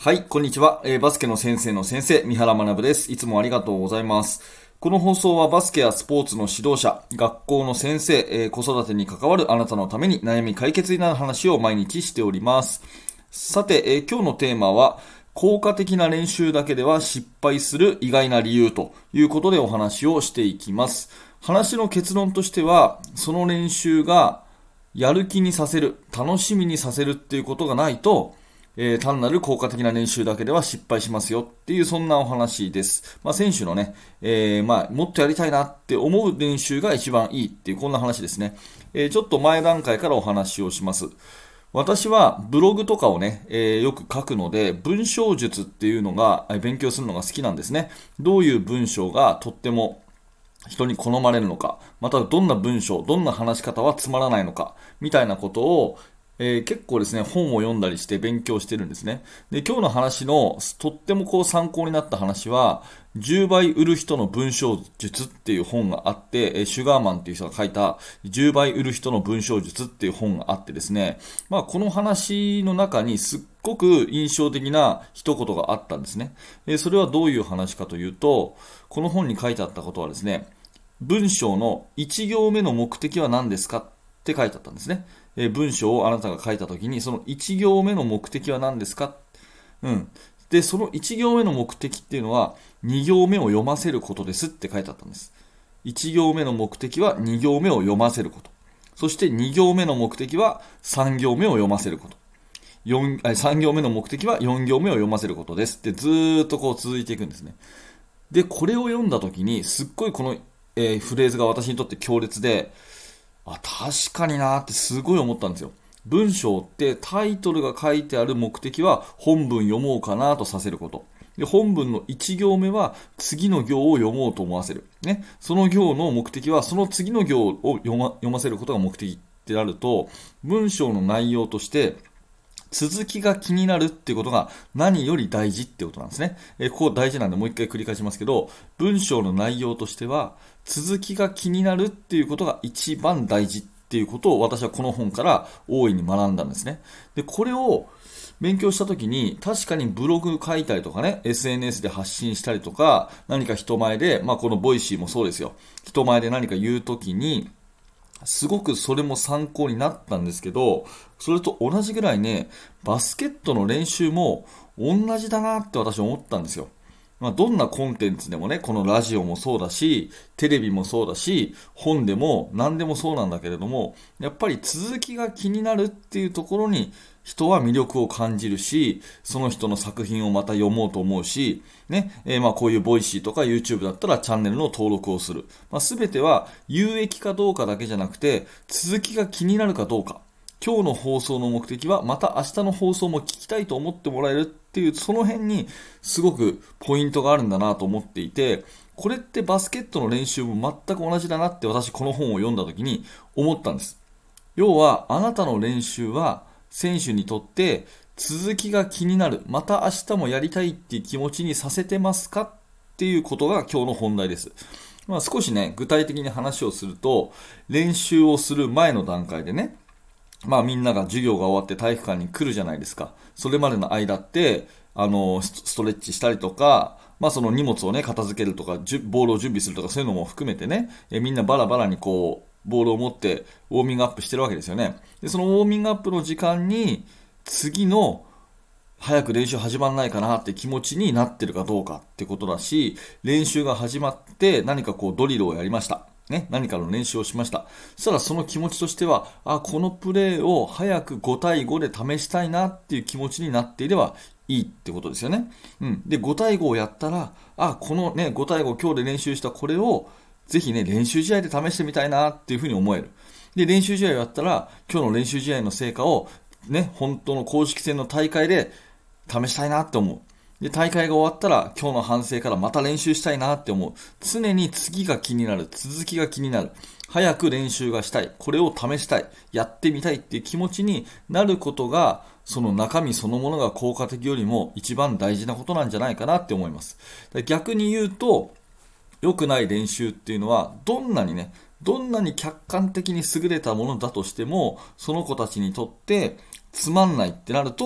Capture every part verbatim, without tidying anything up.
はい、こんにちは。えーバスケの先生の先生、三原学です。いつもありがとうございます。この放送はバスケやスポーツの指導者、学校の先生、えー子育てに関わるあなたのために悩み解決になる話を毎日しております。さて、えー今日のテーマは、効果的な練習だけでは失敗する意外な理由ということでお話をしていきます。話の結論としては、その練習がやる気にさせる、楽しみにさせるっていうことがないと、えー単なる効果的な練習だけでは失敗しますよっていう、そんなお話です。まあ、選手のね、えーまあ、もっとやりたいなって思う練習が一番いいっていう、こんな話ですね。えーちょっと前段階からお話をします。私はブログとかをね、えーよく書くので、文章術っていうのが、えー勉強するのが好きなんですね。どういう文章がとっても人に好まれるのか、またどんな文章、どんな話し方はつまらないのか、みたいなことを、えー結構ですね、本を読んだりして勉強してるんですね。で、今日の話のとってもこう参考になった話は、じゅうばい売る人の文章術っていう本があって、えーシュガーマンっていう人が書いたじゅうばい売る人の文章術っていう本があってですね、まあこの話の中にすっごく印象的な一言があったんですね。えーそれはどういう話かというと、この本に書いてあったことはですね、文章のいち行目の目的は何ですかって書いてあったんですね。えー文章をあなたが書いたときに、そのいち行目の目的は何ですか。うん。で、そのいち行目の目的っていうのは、に行目を読ませることですって書いてあったんです。いち行目の目的はに行目を読ませること。そしてに行目の目的はさん行目を読ませること。よんあさん行目の目的はよん行目を読ませることですってずーっとこう続いていくんですね。で、これを読んだ時に、すっごいこの、えーフレーズが私にとって強烈で、あ、確かになーってすごい思ったんですよ。文章ってタイトルが書いてある目的は本文読もうかなとさせること。で、本文のいち行目は次の行を読もうと思わせる。ね。その行の目的はその次の行を読ま読ませることが目的ってなると、文章の内容として続きが気になるっていうことが何より大事ってことなんですね。えーここ大事なんでもう一回繰り返しますけど、文章の内容としては続きが気になるっていうことが一番大事っていうことを私はこの本から大いに学んだんですね。で、これを勉強したときに確かにブログ書いたりとかね、エスエヌエス で発信したりとか、何か人前で、まあこのボイシーもそうですよ。人前で何か言うときに、すごくそれも参考になったんですけど、それと同じぐらいね、バスケットの練習も同じだなって私思ったんですよ。まあ、どんなコンテンツでもね、このラジオもそうだし、テレビもそうだし、本でも何でもそうなんだけれども、やっぱり続きが気になるっていうところに人は魅力を感じるし、その人の作品をまた読もうと思うし、ね、えーまあこういうボイシーとか YouTube だったらチャンネルの登録をする。まあ、全ては有益かどうかだけじゃなくて、続きが気になるかどうか。今日の放送の目的はまた明日の放送も聞きたいと思ってもらえるっていう、その辺にすごくポイントがあるんだなと思っていて、これってバスケットの練習も全く同じだなって私この本を読んだ時に思ったんです。要はあなたの練習は選手にとって続きが気になる、また明日もやりたいっていう気持ちにさせてますかっていうことが今日の本題です。まあ、少しね、具体的に話をすると、練習をする前の段階でね、まあみんなが授業が終わって体育館に来るじゃないですか。それまでの間って、あの、スストレッチしたりとか、まあその荷物をね、片付けるとか、じゅボールを準備するとか、そういうのも含めてね、えみんなバラバラにこう、ボールを持ってウォーミングアップしてるわけですよね。で、そのウォーミングアップの時間に、次の早く練習始まらないかなって気持ちになってるかどうかってことだし、練習が始まって何かこうドリルをやりました。ね、何かの練習をしました。そしたらその気持ちとしては、あ、このプレーを早くご対ごで試したいなっていう気持ちになっていればいいってことですよね。うん。で、ご対ごをやったら、あ、このね、ご対ご今日で練習したこれをぜひね、練習試合で試してみたいなっていうふうに思える。で、練習試合をやったら、今日の練習試合の成果をね、本当の公式戦の大会で試したいなって思う。で、大会が終わったら今日の反省からまた練習したいなって思う。常に次が気になる。続きが気になる。早く練習がしたい。これを試したい。やってみたいっていう気持ちになることが、その中身そのものが効果的よりも一番大事なことなんじゃないかなって思います。逆に言うと、良くない練習っていうのは、どんなにね、どんなに客観的に優れたものだとしても、その子たちにとってつまんないってなると、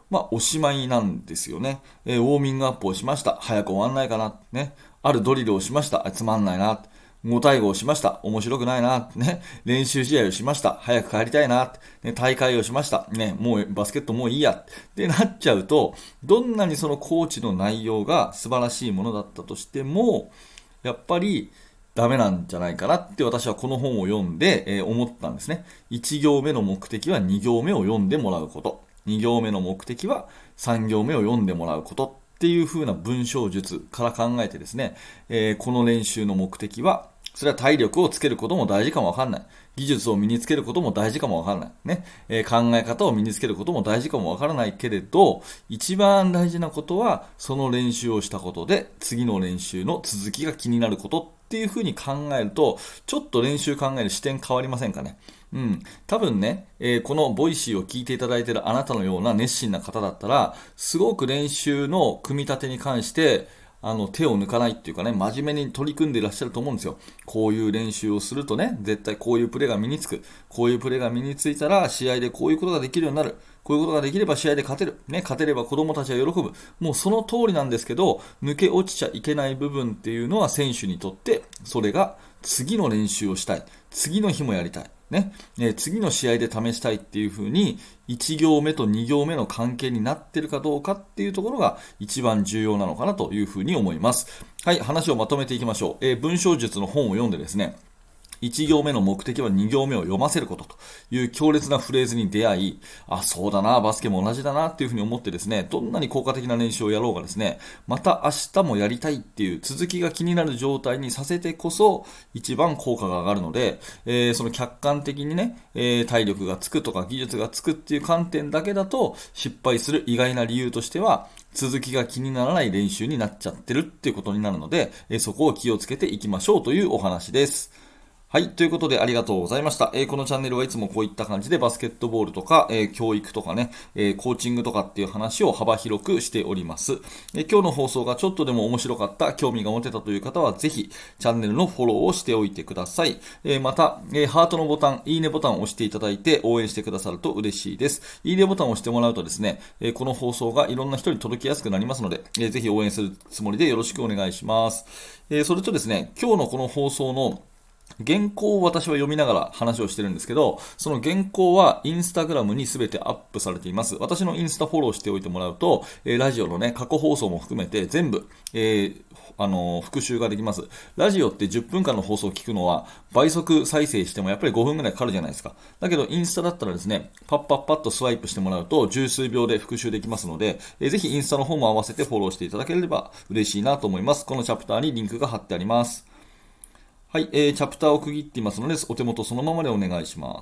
まあ、おしまいなんですよね。えーウォーミングアップをしました。早く終わんないかな。ね。あるドリルをしました。あつまんないな。ご対応しました。面白くないな。ね。練習試合をしました。早く帰りたいな。ね。大会をしました。ね。もうバスケットもういいや。ってなっちゃうと、どんなにそのコーチの内容が素晴らしいものだったとしても、やっぱりダメなんじゃないかなって私はこの本を読んで、えー思ったんですね。いち行目の目的はに行目を読んでもらうこと。に行目の目的はさん行目を読んでもらうことっていう風な文章術から考えてですね、えーこの練習の目的は、それは体力をつけることも大事かもわかんない。技術を身につけることも大事かもわからない。ね、えー考え方を身につけることも大事かもわからないけれど、一番大事なことは、その練習をしたことで、次の練習の続きが気になることっていうふうに考えると、ちょっと練習考える視点変わりませんかね。うん。多分ね、えーこのボイシーを聞いていただいているあなたのような熱心な方だったら、すごく練習の組み立てに関して、あの、手を抜かないっていうかね、真面目に取り組んでいらっしゃると思うんですよ。こういう練習をするとね、絶対こういうプレーが身につく。こういうプレーが身についたら、試合でこういうことができるようになる。こういうことができれば試合で勝てる。ね、勝てれば子供たちは喜ぶ。もうその通りなんですけど、抜け落ちちゃいけない部分っていうのは選手にとって、それが次の練習をしたい。次の日もやりたい。ね、えー次の試合で試したいっていう風に、いち行目とに行目の関係になっているかどうかっていうところが一番重要なのかなという風に思います。はい、話をまとめていきましょう。えー文章術の本を読んでですね、いち行目の目的はに行目を読ませることという強烈なフレーズに出会い、あ、そうだな、バスケも同じだなっていうふうに思ってですね、どんなに効果的な練習をやろうがですね、また明日もやりたいっていう続きが気になる状態にさせてこそ一番効果が上がるので、えーその客観的にね、えー体力がつくとか技術がつくっていう観点だけだと失敗する意外な理由としては、続きが気にならない練習になっちゃってるっていうことになるので、えーそこを気をつけていきましょうというお話です。はい。ということでありがとうございました。えーこのチャンネルはいつもこういった感じでバスケットボールとか、えー教育とかね、えーコーチングとかっていう話を幅広くしております。えー今日の放送がちょっとでも面白かった、興味が持てたという方はぜひチャンネルのフォローをしておいてください。えーまた、えーハートのボタン、いいねボタンを押していただいて応援してくださると嬉しいです。いいねボタンを押してもらうとですね、えーこの放送がいろんな人に届きやすくなりますので、えーぜひ応援するつもりでよろしくお願いします。えーそれとですね、今日のこの放送の原稿を私は読みながら話をしてるんですけど、その原稿はインスタグラムに全てアップされています。私のインスタフォローしておいてもらうと、えーラジオのね、過去放送も含めて全部、えーあのー復習ができます。ラジオってじゅっぷんかんの放送を聞くのは倍速再生してもやっぱりごふんぐらいかかるじゃないですか。だけどインスタだったらですね、パッパッパッとスワイプしてもらうと十数秒で復習できますので、えーぜひインスタの方も合わせてフォローしていただければ嬉しいなと思います。このチャプターにリンクが貼ってあります。はい、えーチャプターを区切っていますので、お手元そのままでお願いします。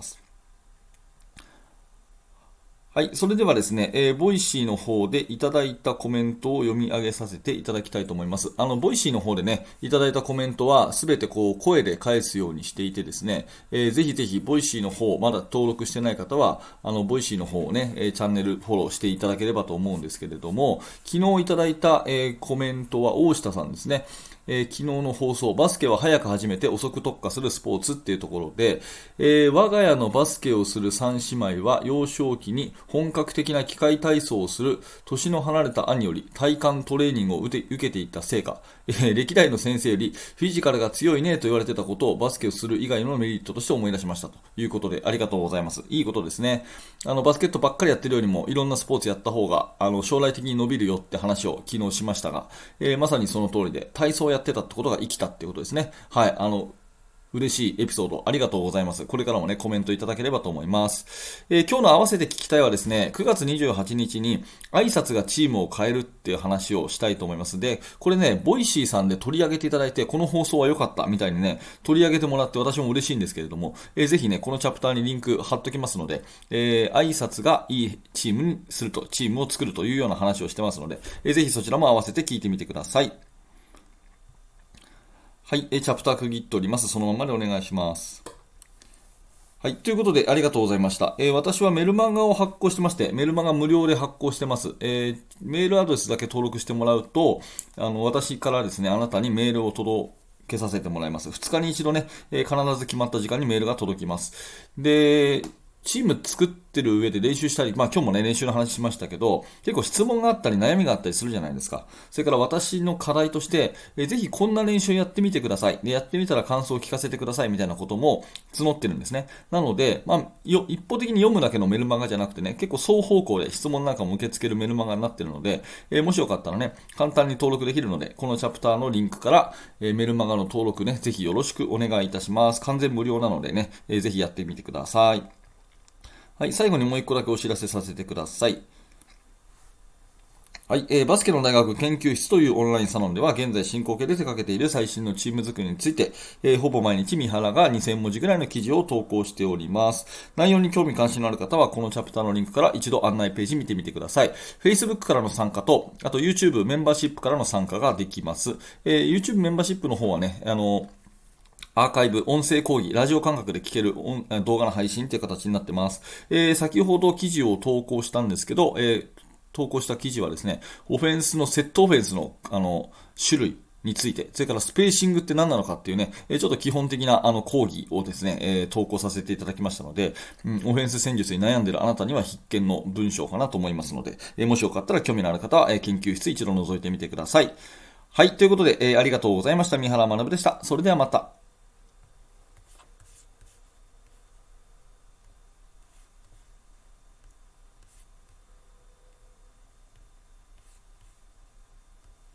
はい、それではですね、えー、ボイシーの方でいただいたコメントを読み上げさせていただきたいと思います。あの、ボイシーの方でね、いただいたコメントはすべてこう声で返すようにしていてですね、えーぜひぜひボイシーの方、まだ登録してない方は、あの、ボイシーの方をね、えーチャンネルフォローしていただければと思うんですけれども、昨日いただいた、えーコメントは大下さんですね。えー昨日の放送、バスケは早く始めて遅く特化するスポーツっていうところで、えー我が家のバスケをする三姉妹は幼少期に本格的な機械体操をする年の離れた兄より体幹トレーニングを受け受けていった成果、えー歴代の先生よりフィジカルが強いねと言われてたことをバスケをする以外のメリットとして思い出しましたということでありがとうございます。いいことですね。あのバスケットばっかりやってるよりもいろんなスポーツやった方があの将来的に伸びるよって話を昨日しましたが、えーまさにその通りで体操をやってたってことが生きたってことですね。はい、あの嬉しいエピソードありがとうございます。これからもね、コメントいただければと思います。えー今日の合わせて聞きたいはですね、くがつにじゅうはちにちに挨拶がチームを変えるっていう話をしたいと思います。で、これね、ボイシーさんで取り上げていただいて、この放送は良かったみたいにね、取り上げてもらって私も嬉しいんですけれども、えーぜひね、このチャプターにリンク貼っときますので、えー挨拶がいいチームにすると、チームを作るというような話をしてますので、えーぜひそちらも合わせて聞いてみてください。はい、えーチャプター区切っております。そのままでお願いします。はい。ということで、ありがとうございました。えー私はメルマガを発行してまして、メルマガ無料で発行してます。えーメールアドレスだけ登録してもらうと、あの、私からですね、あなたにメールを届けさせてもらいます。ふつかに一度ね、えー必ず決まった時間にメールが届きます。で、 チーム作ってる上で練習したり、まあ今日もね、練習の話しましたけど、結構質問があったり悩みがあったりするじゃないですか。それから私の課題として、えぜひこんな練習やってみてください。で、やってみたら感想を聞かせてくださいみたいなことも募ってるんですね。なので、まあ、よ一方的に読むだけのメルマガじゃなくてね、結構双方向で質問なんかも受け付けるメルマガになってるので、えーもしよかったらね、簡単に登録できるので、このチャプターのリンクから、えーメルマガの登録ね、ぜひよろしくお願いいたします。完全無料なのでね、えーぜひやってみてください。はい、最後にもう一個だけお知らせさせてください。はい、えー、バスケの大学研究室というオンラインサロンでは現在進行形で手掛けている最新のチーム作りについて、えー、ほぼ毎日三原がにせんもじぐらいの記事を投稿しております。内容に興味関心のある方はこのチャプターのリンクから一度案内ページ見てみてください。Facebook からの参加と、あと YouTube メンバーシップからの参加ができます。えー、YouTube メンバーシップの方はね、あのアーカイブ、音声講義、ラジオ感覚で聞ける音動画の配信という形になってます。えー、先ほど記事を投稿したんですけど、えー、投稿した記事はですね、オフェンスのセットオフェンスの、あの、種類について、それからスペーシングって何なのかっていうね、えー、ちょっと基本的なあの講義をですね、えー、投稿させていただきましたので、うん、オフェンス戦術に悩んでいるあなたには必見の文章かなと思いますので、えー、もしよかったら興味のある方は、えー、研究室一度覗いてみてください。はい、ということで、えー、ありがとうございました。三原学でした。それではまた。